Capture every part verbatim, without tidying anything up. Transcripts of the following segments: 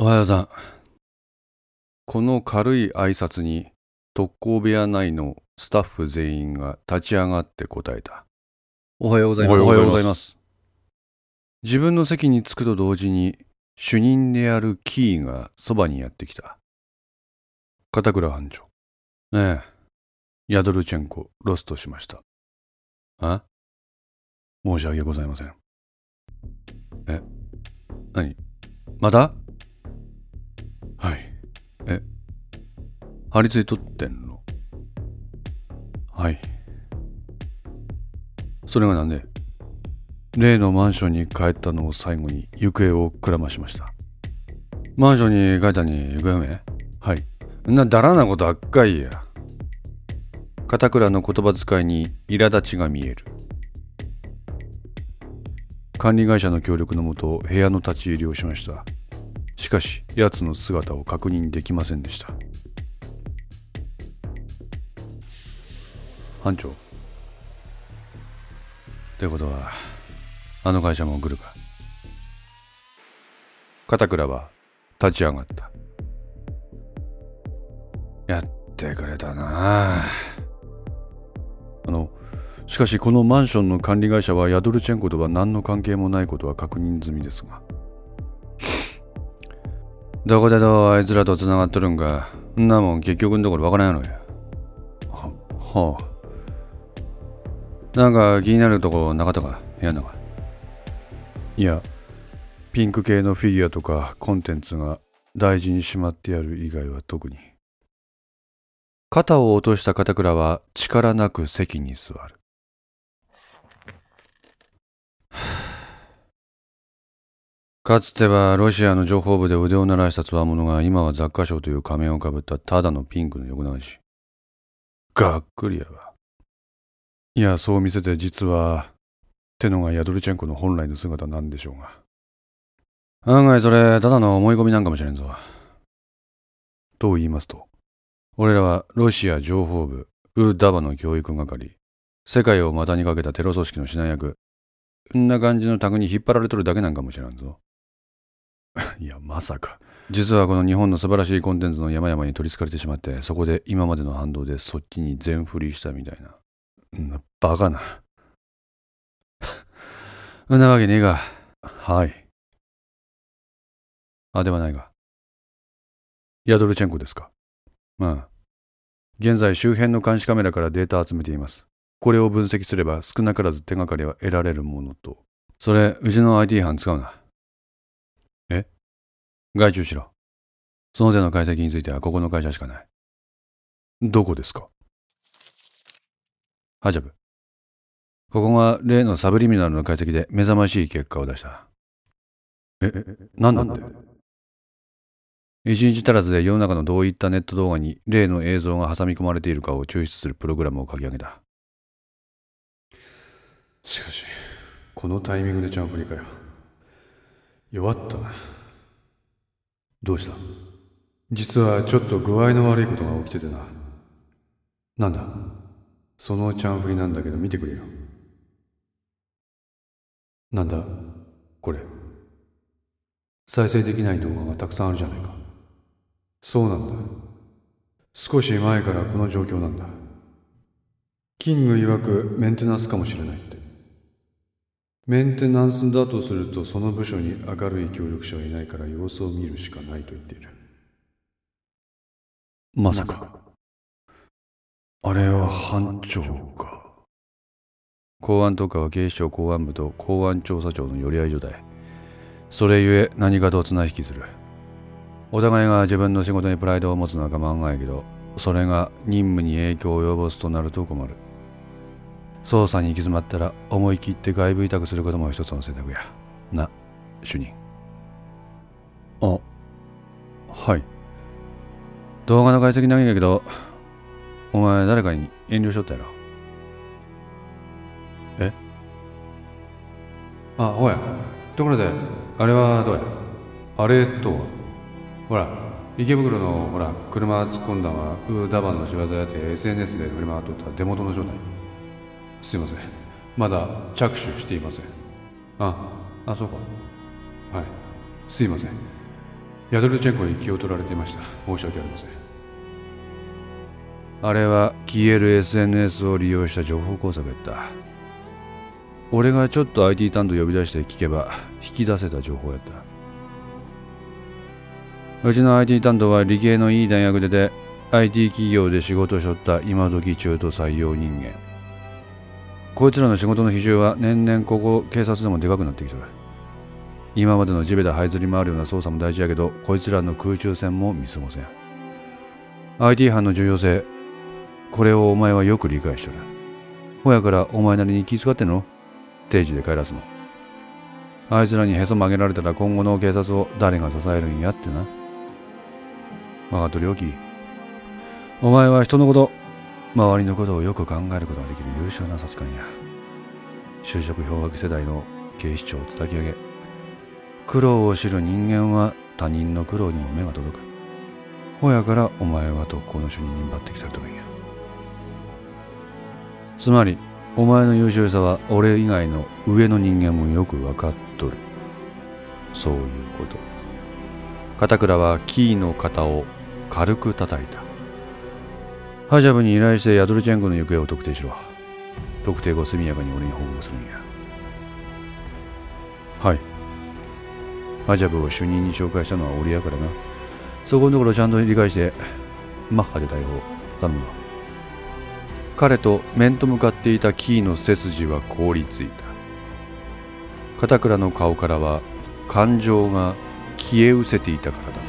おはようさん。この軽い挨拶に特攻部屋内のスタッフ全員が立ち上がって答えた。 おはようございます。 おはようございます。自分の席に着くと同時に主任であるキーがそばにやってきた。片倉班長。ねえ、ヤドルチェンコロストしました。あ？申し訳ございません。え、何？まだ？はい。え、張り付いとってんの？はい。それがなんで？例のマンションに帰ったのを最後に行方をくらましました。マンションに帰ったに行方不明？はい。な、だらなことあっかいや。片倉の言葉遣いに苛立ちが見える。管理会社の協力のもと部屋の立ち入りをしました。しかし奴の姿を確認できませんでした。班長。ってことはあの会社も来るか。片倉は立ち上がった。やってくれたなあ。あのしかしこのマンションの管理会社はヤドルチェンコとは何の関係もないことは確認済みですが。どこでどうあいつらと繋がっとるんか、んなもん結局のところわからんやろや。は、はあ。なんか気になるとこなかったか、部屋の中。いや、ピンク系のフィギュアとかコンテンツが大事にしまってある以外は特に。肩を落とした片倉は力なく席に座る。かつてはロシアの情報部で腕を鳴らした強者が今は雑貨商という仮面をかぶったただのピンクの横流し。がっくりやわ。いや、そう見せて実はってのがヤドルチェンコの本来の姿なんでしょうが。案外それただの思い込みなんかもしれんぞ。と言いますと、俺らはロシア情報部ウ・ダバの教育係、世界を股にかけたテロ組織の指南役、んな感じのタグに引っ張られとるだけなんかもしれんぞ。いや、まさか。実はこの日本の素晴らしいコンテンツの山々に取り憑かれてしまって、そこで今までの反動でそっちに全振りしたみたいな。んなバカな。んなわけねえが。はい。あ、ではないが。ヤドルチェンコですか。まあ。現在周辺の監視カメラからデータを集めています。これを分析すれば少なからず手がかりは得られるものと。それ、うちの アイティー 班使うな。え？外注しろ。その手の解析についてはここの会社しかない。どこですか？ハジャブ。ここが例のサブリミナルの解析で目覚ましい結果を出した。え、なんだって？一日足らずで世の中のどういったネット動画に例の映像が挟み込まれているかを抽出するプログラムを書き上げた。しかし、このタイミングでチャンプリかよ。弱ったな。どうした？実はちょっと具合の悪いことが起きててな。なんだ？そのチャンフリなんだけど見てくれよ。なんだこれ。再生できない動画がたくさんあるじゃないか。そうなんだ。少し前からこの状況なんだ。キング曰くメンテナンスかもしれないって。メンテナンスだとするとその部署に明るい協力者はいないから様子を見るしかないと言っている。まさかあれは班長か。公安特化は警視庁公安部と公安調査庁の寄り合い所だ。それゆえ何かと綱引きする。お互いが自分の仕事にプライドを持つのは構わんがやけど、それが任務に影響を及ぼすとなると困る。捜査に行き詰まったら思い切って外部委託することも一つの選択やな、主任。あ、はい。動画の解析長いんやけど、お前誰かに遠慮しとったやろ。え？あ、ほや。ところであれはどうや？あれとはほら、池袋のほら車突っ込んだのはウーダバンの仕業やって エスエヌエス で振り回っとった出元の状態。すいません、まだ着手していません。あ、あ、そうか。はい、すいません。 ヤドルチェンコに気を取られていました。申し訳ありません。あれは消える エスエヌエス を利用した情報工作やった。俺がちょっと アイティー 担当呼び出して聞けば引き出せた情報やった。うちの アイティー 担当は理系のいい大学出て アイティー 企業で仕事しとった今時中途採用人間。こいつらの仕事の比重は年々ここ警察でもでかくなってきてる。今までの地べた這いずり回るような捜査も大事やけど、こいつらの空中戦も見過ごせん。 アイティー 班の重要性、これをお前はよく理解しとる。ほやからお前なりに気遣ってんの？定時で帰らすの。あいつらにへそ曲げられたら今後の警察を誰が支えるんやってな。分かっとるよ、キー。お前は人のこと、周りのことをよく考えることができる優秀な殺官や。就職氷河期世代の警視庁を叩き上げ、苦労を知る人間は他人の苦労にも目が届く。ほやからお前は特攻の主任に抜擢されとるんや。つまりお前の優秀さは俺以外の上の人間もよく分かっとる。そういうこと。片倉はキーの肩を軽く叩いた。ハジャブに依頼してヤドルチェンコの行方を特定しろ。特定後速やかに俺に報告するんや。はい。ハジャブを主任に紹介したのは俺やからな。そこのところちゃんと理解してマッハで逮捕頼むわ。彼と面と向かっていたキーの背筋は凍りついた。片倉の顔からは感情が消え失せていたからだった。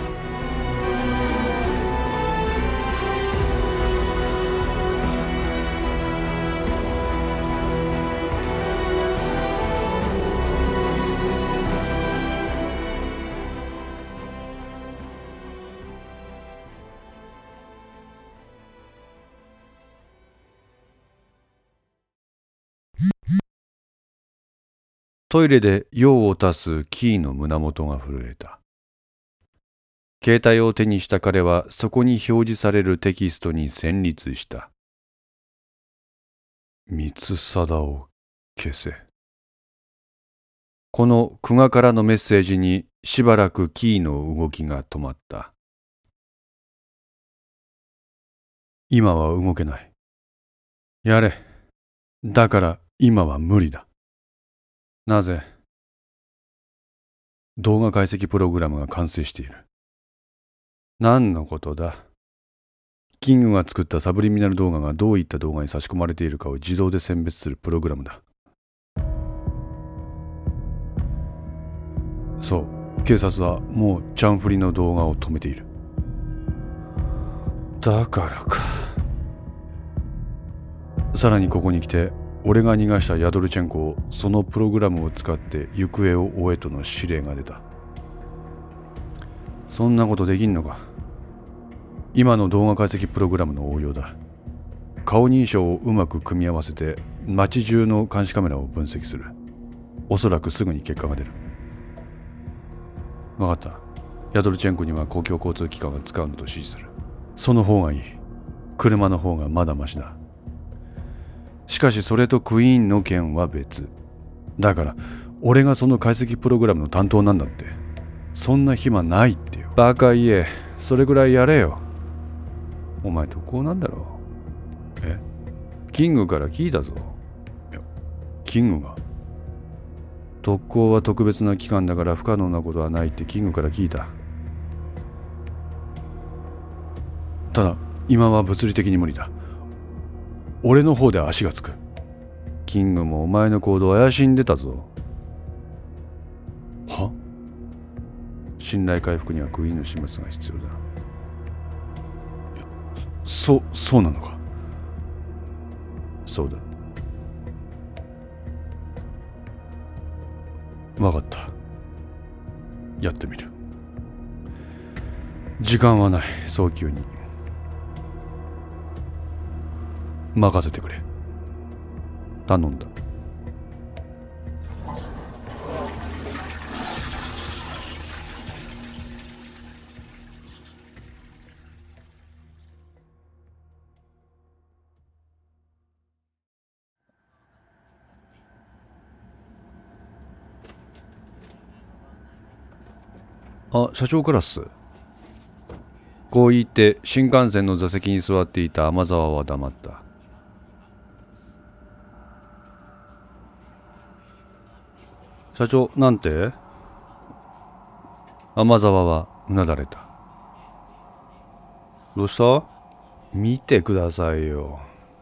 トイレで用を足すキーの胸元が震えた。携帯を手にした彼はそこに表示されるテキストに戦慄した。光貞を消せ。この久我からのメッセージにしばらくキーの動きが止まった。今は動けない。やれ。だから今は無理だ。なぜ？動画解析プログラムが完成している。何のことだ？キングが作ったサブリミナル動画がどういった動画に差し込まれているかを自動で選別するプログラムだ。そう、警察はもうチャンフリの動画を止めている。だからか。さらにここに来て俺が逃がしたヤドルチェンコをそのプログラムを使って行方を追えとの指令が出た。そんなことできんのか。今の動画解析プログラムの応用だ。顔認証をうまく組み合わせて街中の監視カメラを分析する。おそらくすぐに結果が出る。分かった。ヤドルチェンコには公共交通機関を使うのと指示する。その方がいい。車の方がまだマシだ。しかしそれとクイーンの件は別だから、俺がその解析プログラムの担当なんだって。そんな暇ないってよ。バカ言え。それぐらいやれよ。お前特攻なんだろう。えキングから聞いたぞ。いや、キングが特攻は特別な機関だから不可能なことはないってキングから聞いた。ただ今は物理的に無理だ。俺の方で足がつく。キングもお前の行動を怪しんでたぞ。は？信頼回復にはクイーンの始末が必要だ。いや、そ、そうなのか。そうだ。わかった。やってみる。時間はない。早急に任せてくれ。頼んだ。 あ、社長からっす。こう言って新幹線の座席に座っていた天沢は黙った。社長、なんて？天沢はうなだれた。どうした？見てくださいよ。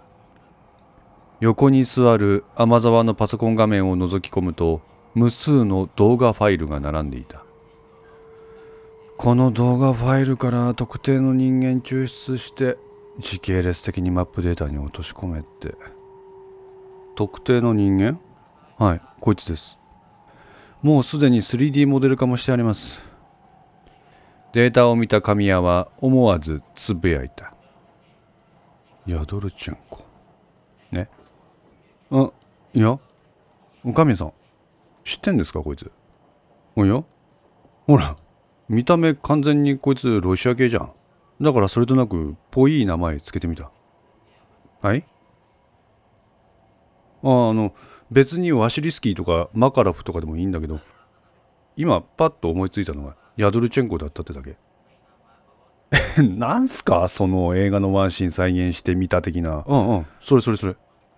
横に座る天沢のパソコン画面を覗き込むと、無数の動画ファイルが並んでいた。この動画ファイルから特定の人間抽出して時系列的にマップデータに落とし込めって。特定の人間？はい、こいつです。もうすでに スリーディー モデル化もしてあります。データを見た神谷は思わずつぶやいた。ヤドルチェンコ。ね？あ、いや、神谷さん、知ってんですかこいつ。おや？ほら、見た目完全にこいつロシア系じゃん。だからそれとなくぽい名前つけてみた。はい？あ、あの、別にワシリスキーとかマカロフとかでもいいんだけど、今パッと思いついたのがヤドルチェンコだったってだけ。なんすかその映画のワンシーン再現してみた的な。うんうん、それそれそれ。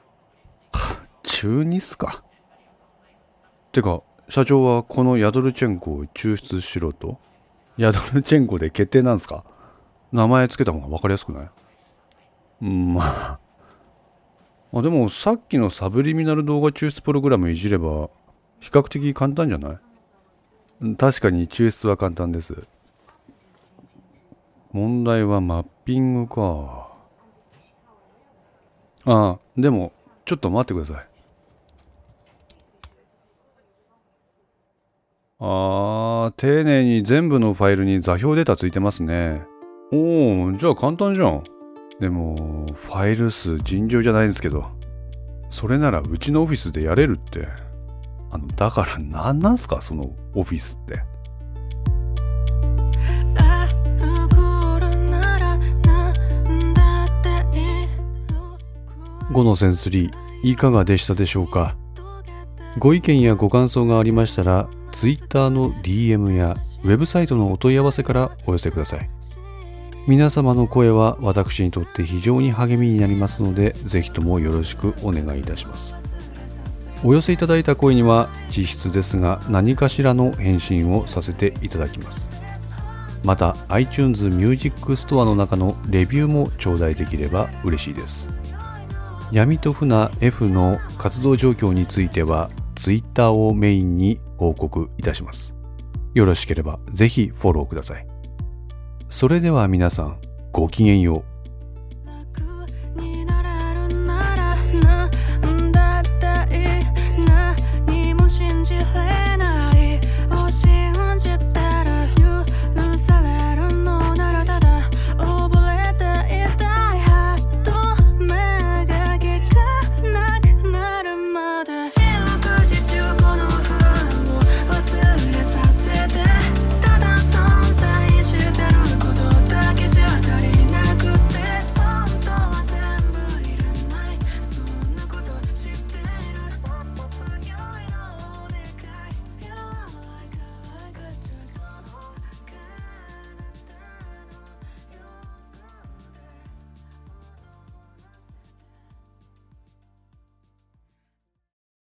中にっすか。てか、社長はこのヤドルチェンコを抽出しろと？ヤドルチェンコで決定なんすか？名前つけた方が分かりやすくない？うん、まあ。あ、でもさっきのサブリミナル動画抽出プログラムいじれば比較的簡単じゃない？確かに抽出は簡単です。問題はマッピングか。ああ、でもちょっと待ってください。ああ、丁寧に全部のファイルに座標データついてますね。おお、じゃあ簡単じゃん。でもファイル数尋常じゃないんですけど、それならうちのオフィスでやれるって。あのだから何なんすかそのオフィスって。ごのセンスリーいかがでしたでしょうか。ご意見やご感想がありましたら Twitter の ディーエム やウェブサイトのお問い合わせからお寄せください。皆様の声は私にとって非常に励みになりますので、ぜひともよろしくお願いいたします。お寄せいただいた声には実質ですが何かしらの返信をさせていただきます。また iTunes Music Store の中のレビューも頂戴できれば嬉しいです。闇と船 F の活動状況については Twitter をメインに報告いたします。よろしければぜひフォローください。それでは皆さん、ごきげんよう。